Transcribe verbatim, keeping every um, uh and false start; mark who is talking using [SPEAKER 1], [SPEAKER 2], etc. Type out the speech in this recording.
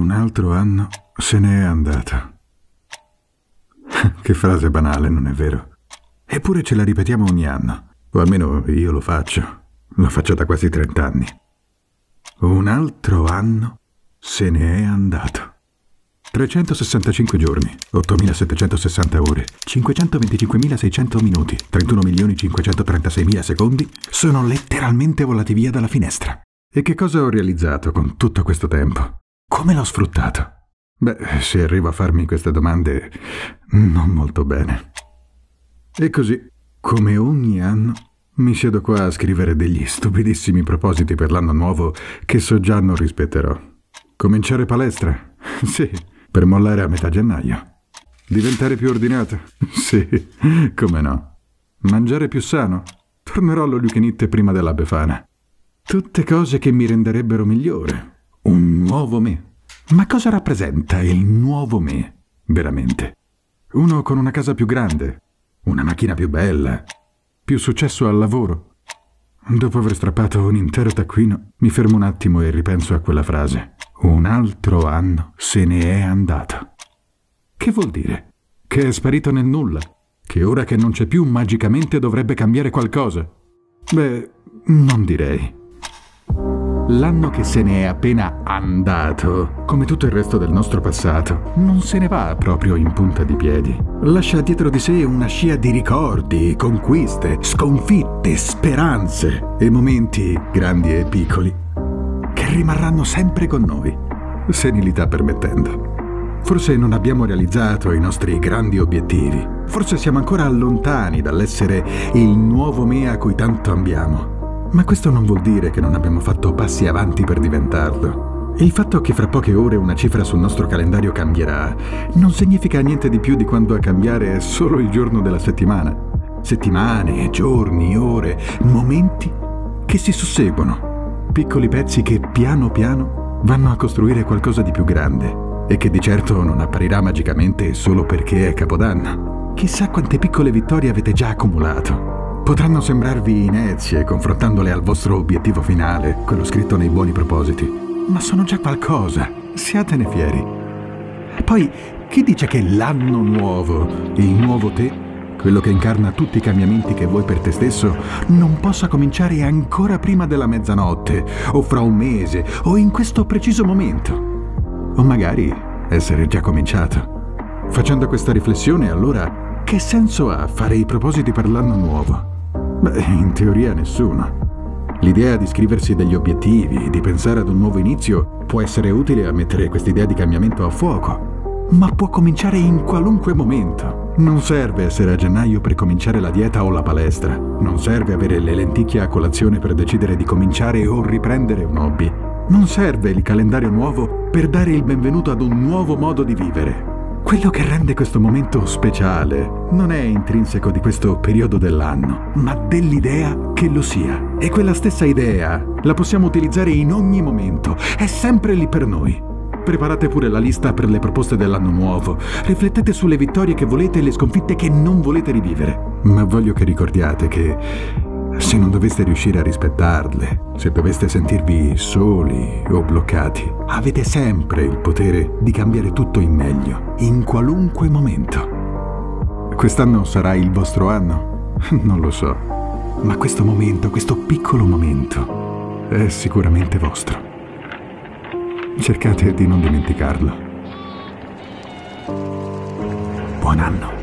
[SPEAKER 1] Un altro anno se n'è andato. Che frase banale, non è vero? Eppure ce la ripetiamo ogni anno. O almeno io lo faccio. Lo faccio da quasi trent'anni. Un altro anno se ne è andato. trecentosessantacinque giorni, ottomilasettecentosessanta ore, cinquecentoventicinquemilaseicento minuti, trentuno milioni cinquecentotrentasei secondi sono letteralmente volati via dalla finestra. E che cosa ho realizzato con tutto questo tempo? Come l'ho sfruttato? Beh, se arrivo a farmi queste domande, non molto bene. E così, come ogni anno, mi siedo qua a scrivere degli stupidissimi propositi per l'anno nuovo che so già non rispetterò. Cominciare palestra? Sì, per mollare a metà gennaio. Diventare più ordinato? Sì, come no. Mangiare più sano? Tornerò allo Lucanite prima della Befana. Tutte cose che mi renderebbero migliore. Un nuovo me. Ma cosa rappresenta il nuovo me, veramente? Uno con una casa più grande, una macchina più bella, più successo al lavoro. Dopo aver strappato un intero taccuino, mi fermo un attimo e ripenso a quella frase. Un altro anno se ne è andato. Che vuol dire? Che è sparito nel nulla? Che ora che non c'è più magicamente dovrebbe cambiare qualcosa? Beh, non direi. L'anno che se ne è appena andato, come tutto il resto del nostro passato, non se ne va proprio in punta di piedi. Lascia dietro di sé una scia di ricordi, conquiste, sconfitte, speranze e momenti grandi e piccoli che rimarranno sempre con noi, senilità permettendo. Forse non abbiamo realizzato i nostri grandi obiettivi. Forse siamo ancora lontani dall'essere il nuovo me a cui tanto ambiamo. Ma questo non vuol dire che non abbiamo fatto passi avanti per diventarlo. Il fatto che fra poche ore una cifra sul nostro calendario cambierà non significa niente di più di quanto a cambiare solo il giorno della settimana. Settimane, giorni, ore, momenti che si susseguono. Piccoli pezzi che piano piano vanno a costruire qualcosa di più grande e che di certo non apparirà magicamente solo perché è Capodanno. Chissà quante piccole vittorie avete già accumulato. Potranno sembrarvi inezie confrontandole al vostro obiettivo finale, quello scritto nei buoni propositi, ma sono già qualcosa. Siatene fieri. Poi, chi dice che l'anno nuovo, il nuovo te, quello che incarna tutti i cambiamenti che vuoi per te stesso, non possa cominciare ancora prima della mezzanotte, o fra un mese, o in questo preciso momento? O magari essere già cominciato. Facendo questa riflessione, allora, che senso ha fare i propositi per l'anno nuovo? Beh, in teoria nessuno. L'idea di scriversi degli obiettivi, di pensare ad un nuovo inizio, può essere utile a mettere quest'idea di cambiamento a fuoco, ma può cominciare in qualunque momento. Non serve essere a gennaio per cominciare la dieta o la palestra. Non serve avere le lenticchie a colazione per decidere di cominciare o riprendere un hobby. Non serve il calendario nuovo per dare il benvenuto ad un nuovo modo di vivere. Quello che rende questo momento speciale non è intrinseco di questo periodo dell'anno, ma dell'idea che lo sia. E quella stessa idea la possiamo utilizzare in ogni momento, è sempre lì per noi. Preparate pure la lista per le proposte dell'anno nuovo, riflettete sulle vittorie che volete e le sconfitte che non volete rivivere. Ma voglio che ricordiate che se non doveste riuscire a rispettarle, se doveste sentirvi soli o bloccati, avete sempre il potere di cambiare tutto in meglio, in qualunque momento. Quest'anno sarà il vostro anno? Non lo so, ma questo momento, questo piccolo momento, è sicuramente vostro. Cercate di non dimenticarlo. Buon anno!